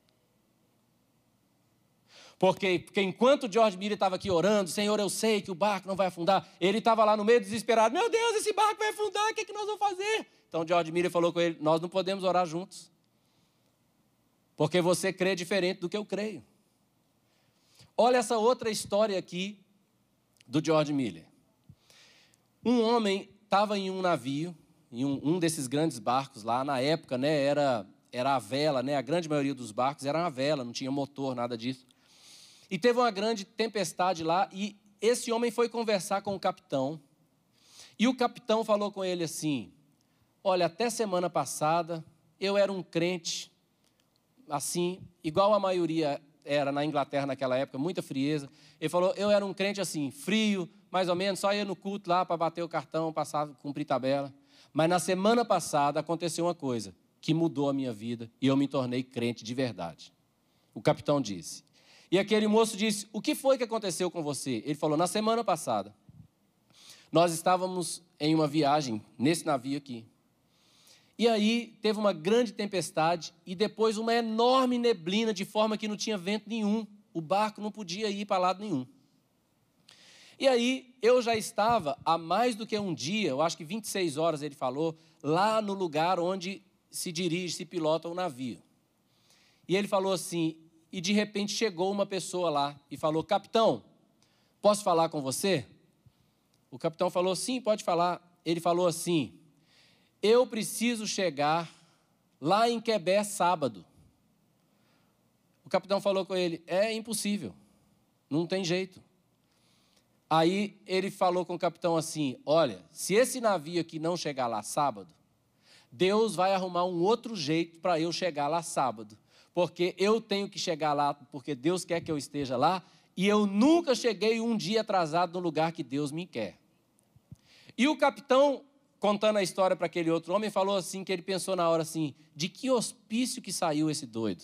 Porque, porque enquanto o George Miller estava aqui orando, Senhor, eu sei que o barco não vai afundar, ele estava lá no meio desesperado, meu Deus, esse barco vai afundar, o que, que nós vamos fazer? Então o George Miller falou com ele, nós não podemos orar juntos, porque você crê diferente do que eu creio. Olha essa outra história aqui do George Miller. Um homem estava em um navio, em um, um desses grandes barcos lá, na época, né, era, era a vela, né, a grande maioria dos barcos era uma vela, não tinha motor, nada disso. E teve uma grande tempestade lá, e esse homem foi conversar com o capitão, e o capitão falou com ele assim, olha, até semana passada, eu era um crente, assim, igual a maioria era na Inglaterra naquela época, muita frieza. Ele falou, eu era um crente assim, frio, mais ou menos, só ia no culto lá para bater o cartão, passar, cumprir tabela. Mas na semana passada aconteceu uma coisa que mudou a minha vida e eu me tornei crente de verdade. O capitão disse. E aquele moço disse, o que foi que aconteceu com você? Ele falou, na semana passada, nós estávamos em uma viagem nesse navio aqui. E aí teve uma grande tempestade e depois uma enorme neblina de forma que não tinha vento nenhum. O barco não podia ir para lado nenhum. E aí eu já estava há mais do que um dia, eu acho que vinte e seis horas ele falou, lá no lugar onde se dirige, se pilota o navio. E ele falou assim, e de repente chegou uma pessoa lá e falou, capitão, posso falar com você? O capitão falou, sim, pode falar. Ele falou assim, eu preciso chegar lá em Quebec sábado. O capitão falou com ele, é impossível, não tem jeito. Aí ele falou com o capitão assim, olha, se esse navio aqui não chegar lá sábado, Deus vai arrumar um outro jeito para eu chegar lá sábado. Porque eu tenho que chegar lá, porque Deus quer que eu esteja lá, e eu nunca cheguei um dia atrasado no lugar que Deus me quer. E o capitão, contando a história para aquele outro homem, falou assim, que ele pensou na hora assim, de que hospício que saiu esse doido?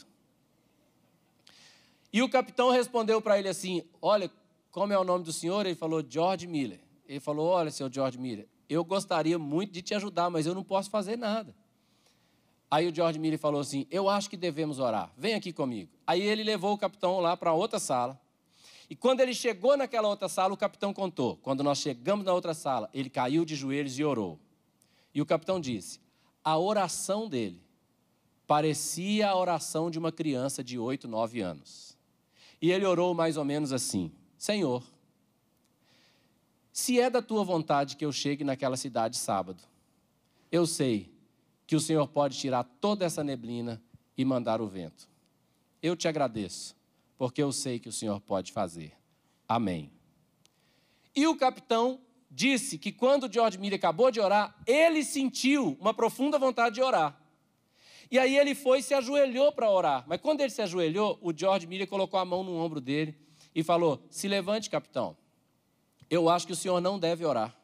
E o capitão respondeu para ele assim, olha, como é o nome do senhor? Ele falou, George Miller. Ele falou, olha, senhor George Miller, eu gostaria muito de te ajudar, mas eu não posso fazer nada. Aí o George Miller falou assim, eu acho que devemos orar, vem aqui comigo. Aí ele levou o capitão lá para outra sala, e quando ele chegou naquela outra sala, o capitão contou, quando nós chegamos na outra sala, ele caiu de joelhos e orou. E o capitão disse, a oração dele parecia a oração de uma criança de oito, nove anos. E ele orou mais ou menos assim, Senhor, se é da tua vontade que eu chegue naquela cidade sábado, eu sei que o Senhor pode tirar toda essa neblina e mandar o vento. Eu te agradeço, porque eu sei que o Senhor pode fazer. Amém. E o capitão disse que quando George Miller acabou de orar, ele sentiu uma profunda vontade de orar. E aí ele foi e se ajoelhou para orar. Mas quando ele se ajoelhou, o George Miller colocou a mão no ombro dele e falou: se levante, capitão. Eu acho que o senhor não deve orar.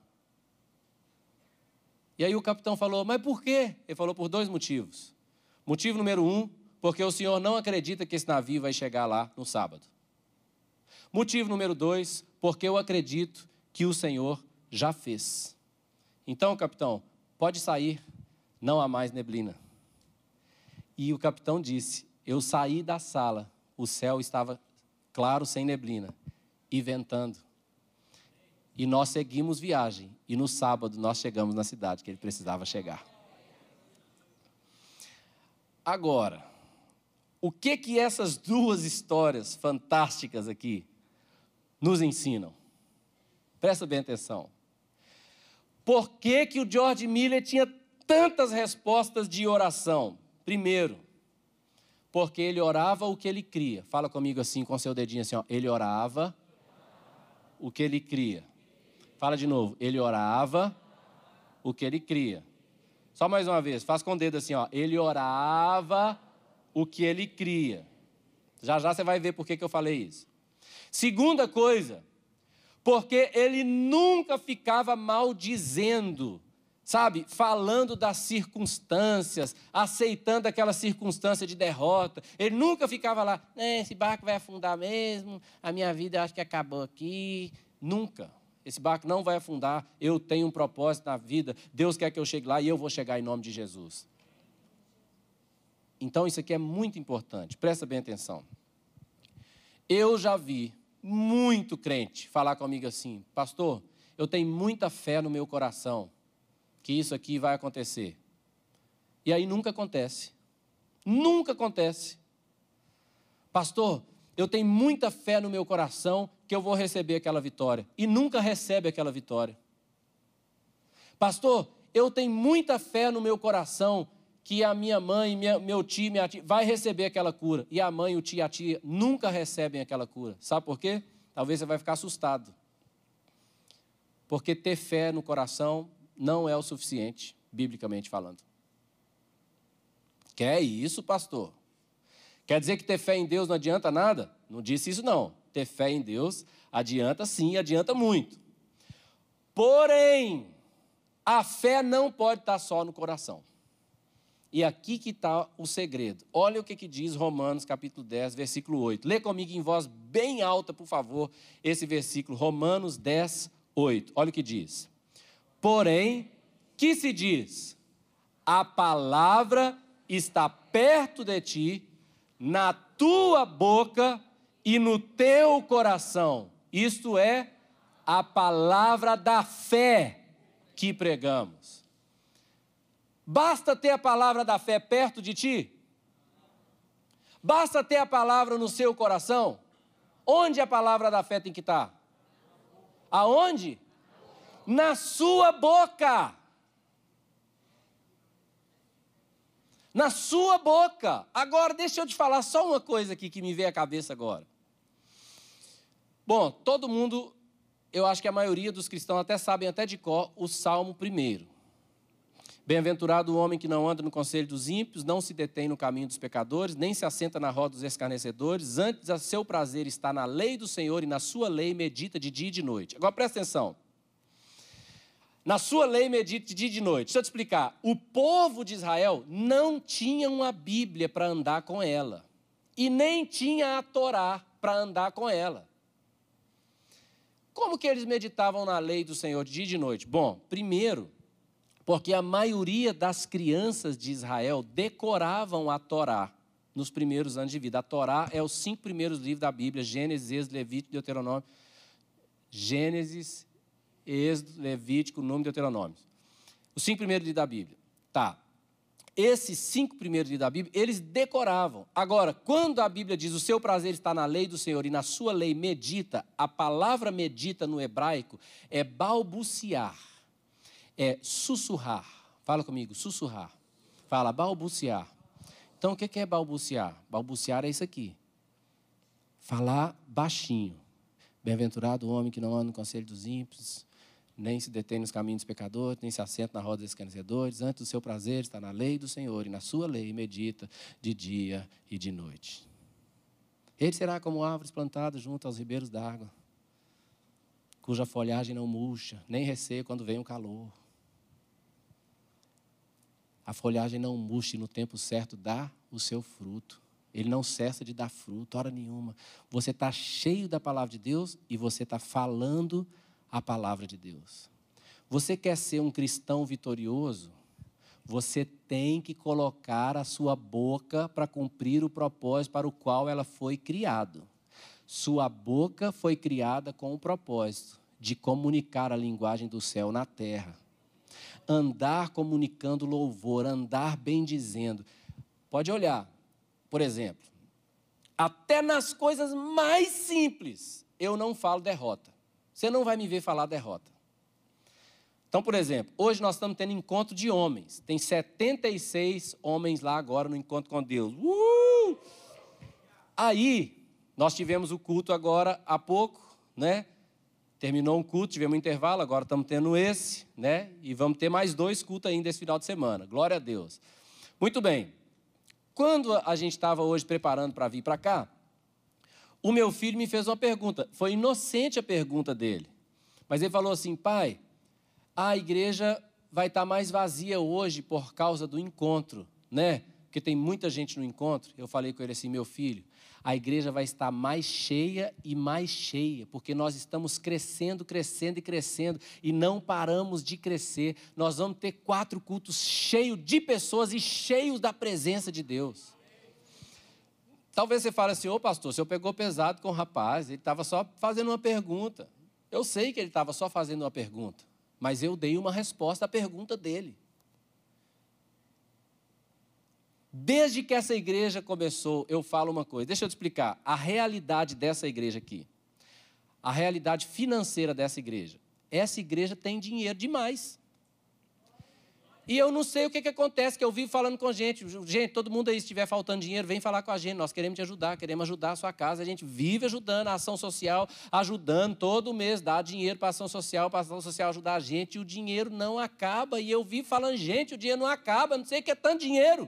E aí o capitão falou: mas por quê? Ele falou: por dois motivos. Motivo número um, porque o senhor não acredita que esse navio vai chegar lá no sábado. Motivo número dois, porque eu acredito que o senhor já fez. Então, capitão, pode sair, não há mais neblina. E o capitão disse: eu saí da sala, o céu estava claro, sem neblina, e ventando. E nós seguimos viagem, e no sábado nós chegamos na cidade que ele precisava chegar. Agora, o que que essas duas histórias fantásticas aqui nos ensinam? Presta bem atenção. Por que que o George Miller tinha tantas respostas de oração? Primeiro, porque ele orava o que ele cria. Fala comigo assim, com seu dedinho assim, ó. Ele orava o que ele cria. Fala de novo. Ele orava o que ele cria. Só mais uma vez, faz com o dedo assim, ó. Ele orava o que ele cria. Já já você vai ver por que que eu falei isso. Segunda coisa, porque ele nunca ficava maldizendo, sabe, falando das circunstâncias, aceitando aquela circunstância de derrota. Ele nunca ficava lá: é, esse barco vai afundar mesmo, a minha vida eu acho que acabou aqui. Nunca. Esse barco não vai afundar, eu tenho um propósito na vida, Deus quer que eu chegue lá e eu vou chegar em nome de Jesus. Então isso aqui é muito importante, presta bem atenção. Eu já vi muito crente falar comigo assim: pastor, eu tenho muita fé no meu coração que isso aqui vai acontecer. E aí nunca acontece. Nunca acontece. Pastor, eu tenho muita fé no meu coração que eu vou receber aquela vitória. E nunca recebe aquela vitória. Pastor, eu tenho muita fé no meu coração que a minha mãe, minha, meu tio, minha tia vai receber aquela cura. E a mãe, o tio e a tia nunca recebem aquela cura. Sabe por quê? Talvez você vai ficar assustado. Porque ter fé no coração não é o suficiente, biblicamente falando. Que é isso, pastor? Quer dizer que ter fé em Deus não adianta nada? Não disse isso, não. Ter fé em Deus adianta sim, adianta muito. Porém, a fé não pode estar só no coração. E aqui que está o segredo. Olha o que, que diz Romanos capítulo dez, versículo oito. Lê comigo em voz bem alta, por favor, esse versículo. Romanos dez, oito. Olha o que diz. Porém, que se diz? A palavra está perto de ti, na tua boca e no teu coração. Isto é a palavra da fé que pregamos. Basta ter a palavra da fé perto de ti? Basta ter a palavra no seu coração? Onde a palavra da fé tem que estar? Aonde? Na sua boca. Na sua boca. Agora, deixa eu te falar só uma coisa aqui que me veio à cabeça agora. Bom, todo mundo, eu acho que a maioria dos cristãos até sabem até de cor o Salmo primeiro. Bem-aventurado o homem que não anda no conselho dos ímpios, não se detém no caminho dos pecadores, nem se assenta na roda dos escarnecedores, antes a seu prazer está na lei do Senhor e na sua lei medita de dia e de noite. Agora presta atenção. Na sua lei medita de dia e de noite. Deixa eu te explicar. O povo de Israel não tinha uma Bíblia para andar com ela. E nem tinha a Torá para andar com ela. Como que eles meditavam na lei do Senhor de dia e de noite? Bom, primeiro, porque a maioria das crianças de Israel decoravam a Torá nos primeiros anos de vida. A Torá é os cinco primeiros livros da Bíblia: Gênesis, Êxodo, Levítico, Deuteronômio. Gênesis, Êxodo, Levítico, Número e Deuteronômio. Os cinco primeiros livros da Bíblia. Tá. Esses cinco primeiros livros da Bíblia, eles decoravam. Agora, quando a Bíblia diz o seu prazer está na lei do Senhor e na sua lei medita, a palavra medita no hebraico é balbuciar, é sussurrar. Fala comigo, sussurrar. Fala, balbuciar. Então, o que é balbuciar? Balbuciar é isso aqui. Falar baixinho. Bem-aventurado o homem que não anda no conselho dos ímpios, nem se detém nos caminhos dos pecadores, nem se assenta na roda dos escarnecedores. Antes do seu prazer está na lei do Senhor, e na sua lei medita de dia e de noite. Ele será como árvores plantadas junto aos ribeiros d'água, cuja folhagem não murcha, nem receia quando vem o calor. A folhagem não murcha e no tempo certo dá o seu fruto. Ele não cessa de dar fruto, hora nenhuma. Você está cheio da palavra de Deus e você está falando a palavra de Deus. Você quer ser um cristão vitorioso? Você tem que colocar a sua boca para cumprir o propósito para o qual ela foi criada. Sua boca foi criada com o propósito de comunicar a linguagem do céu na terra. Andar comunicando louvor, andar bendizendo. Pode olhar, por exemplo, até nas coisas mais simples, eu não falo derrota. Você não vai me ver falar derrota. Então, por exemplo, hoje nós estamos tendo encontro de homens. Tem setenta e seis homens lá agora no encontro com Deus. Uh! Aí, nós tivemos o culto agora há pouco, né? Terminou um culto, tivemos um intervalo, agora estamos tendo esse, né? E vamos ter mais dois cultos ainda esse final de semana. Glória a Deus. Muito bem. Quando a gente estava hoje preparando para vir para cá, o meu filho me fez uma pergunta. Foi inocente a pergunta dele. Mas ele falou assim: pai, a igreja vai estar mais vazia hoje por causa do encontro, né? Porque tem muita gente no encontro. Eu falei com ele assim: meu filho, a igreja vai estar mais cheia e mais cheia, porque nós estamos crescendo, crescendo e crescendo, e não paramos de crescer. Nós vamos ter quatro cultos cheios de pessoas e cheios da presença de Deus. Talvez você fale assim: ô pastor, o senhor pegou pesado com o rapaz, ele estava só fazendo uma pergunta. Eu sei que ele estava só fazendo uma pergunta, mas eu dei uma resposta à pergunta dele. Desde que essa igreja começou, eu falo uma coisa, deixa eu te explicar, a realidade dessa igreja aqui, a realidade financeira dessa igreja. Essa igreja tem dinheiro demais. E eu não sei o que, que acontece, que eu vivo falando com gente, gente, todo mundo aí, se estiver faltando dinheiro, vem falar com a gente, nós queremos te ajudar, queremos ajudar a sua casa, a gente vive ajudando a ação social, ajudando todo mês, dá dinheiro para a ação social, para a ação social ajudar a gente, e o dinheiro não acaba, e eu vivo falando, gente, o dinheiro não acaba, não sei o que é tanto dinheiro.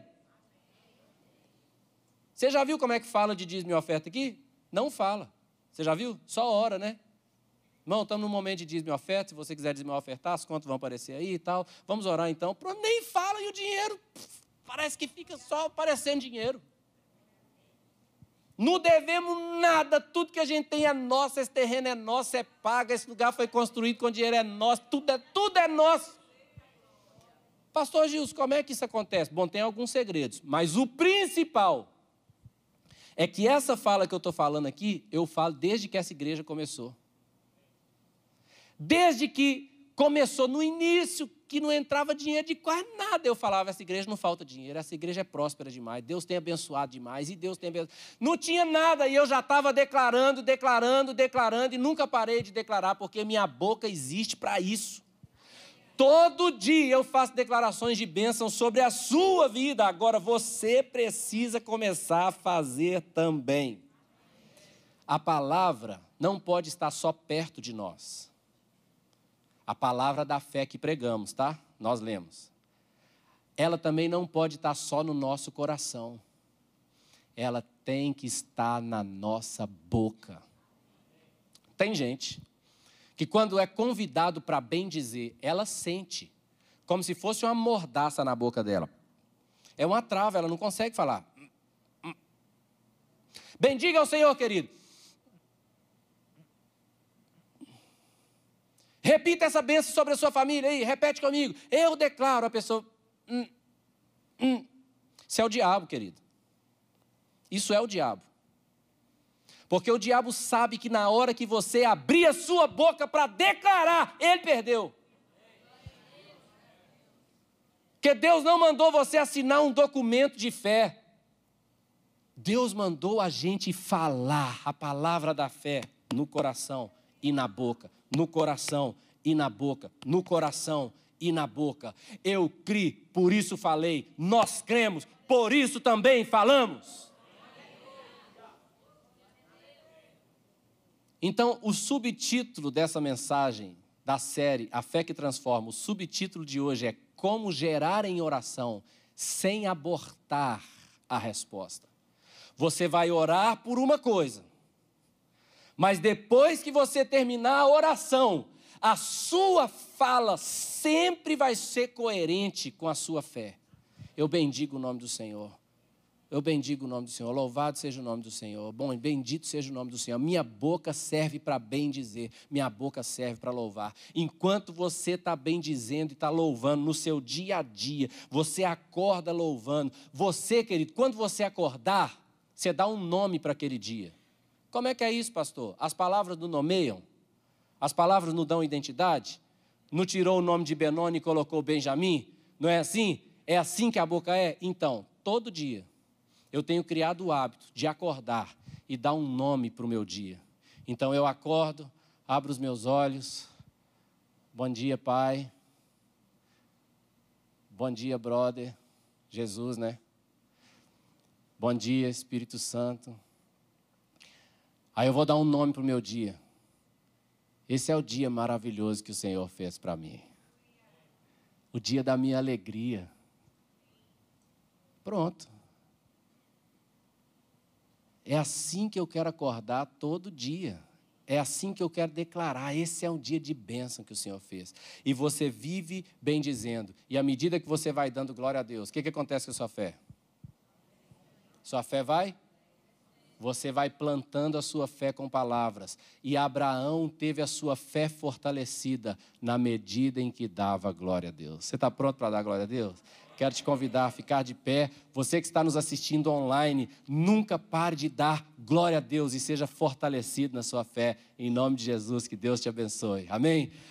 Você já viu como é que fala de dízimo e oferta aqui? Não fala. Você já viu? Só ora, né? Irmão, estamos num momento de dízimo e oferta. Se você quiser dízimo e ofertar, as contas vão aparecer aí e tal. Vamos orar então. Nem fala e o dinheiro pff, parece que fica só aparecendo dinheiro. Não devemos nada. Tudo que a gente tem é nosso. Esse terreno é nosso, é pago. Esse lugar foi construído com dinheiro, é nosso. Tudo é, tudo é nosso. Pastor Gilson, como é que isso acontece? Bom, tem alguns segredos. Mas o principal é que essa fala que eu estou falando aqui, eu falo desde que essa igreja começou. Desde que começou, no início, que não entrava dinheiro de quase nada, eu falava, essa igreja não falta dinheiro, essa igreja é próspera demais, Deus tem abençoado demais, e Deus tem abençoado. Não tinha nada, e eu já estava declarando, declarando, declarando, e nunca parei de declarar, porque minha boca existe para isso. Todo dia eu faço declarações de bênção sobre a sua vida. Agora você precisa começar a fazer também. A palavra não pode estar só perto de nós. A palavra da fé que pregamos, tá? Nós lemos. Ela também não pode estar só no nosso coração. Ela tem que estar na nossa boca. Tem gente que quando é convidado para bem dizer, ela sente, como se fosse uma mordaça na boca dela. É uma trava, ela não consegue falar. Bendiga ao Senhor, querido. Repita essa bênção sobre a sua família aí, repete comigo. Eu declaro, a pessoa... Hum, hum. Isso é o diabo, querido. Isso é o diabo. Porque o diabo sabe que na hora que você abrir a sua boca para declarar, ele perdeu. Porque Deus não mandou você assinar um documento de fé. Deus mandou a gente falar a palavra da fé no coração e na boca. No coração e na boca. No coração e na boca. Eu criei, por isso falei. Nós cremos, por isso também falamos. Então, o subtítulo dessa mensagem da série A Fé que Transforma. O subtítulo de hoje é Como Gerar em Oração Sem Abortar a Resposta. Você vai orar por uma coisa, mas depois que você terminar a oração, a sua fala sempre vai ser coerente com a sua fé. Eu bendigo o nome do Senhor. Eu bendigo o nome do Senhor. Louvado seja o nome do Senhor. Bom, bendito seja o nome do Senhor. Minha boca serve para bem dizer. Minha boca serve para louvar. Enquanto você está bem dizendo e está louvando no seu dia a dia, você acorda louvando. Você, querido, quando você acordar, você dá um nome para aquele dia. Como é que é isso, pastor? As palavras não nomeiam? As palavras não dão identidade? Não tirou o nome de Benoni e colocou Benjamim? Não é assim? É assim que a boca é? Então, todo dia, eu tenho criado o hábito de acordar e dar um nome para o meu dia. Então, eu acordo, abro os meus olhos. Bom dia, Pai. Bom dia, brother. Jesus, né? Bom dia, Espírito Santo. Aí eu vou dar um nome para o meu dia. Esse é o dia maravilhoso que o Senhor fez para mim. O dia da minha alegria. Pronto. É assim que eu quero acordar todo dia. É assim que eu quero declarar. Esse é um dia de bênção que o Senhor fez. E você vive bem dizendo. E à medida que você vai dando glória a Deus, o que, que acontece com a sua fé? Sua fé vai? Você vai plantando a sua fé com palavras. E Abraão teve a sua fé fortalecida na medida em que dava glória a Deus. Você está pronto para dar glória a Deus? Quero te convidar a ficar de pé. Você que está nos assistindo online, nunca pare de dar glória a Deus e seja fortalecido na sua fé. Em nome de Jesus, que Deus te abençoe. Amém?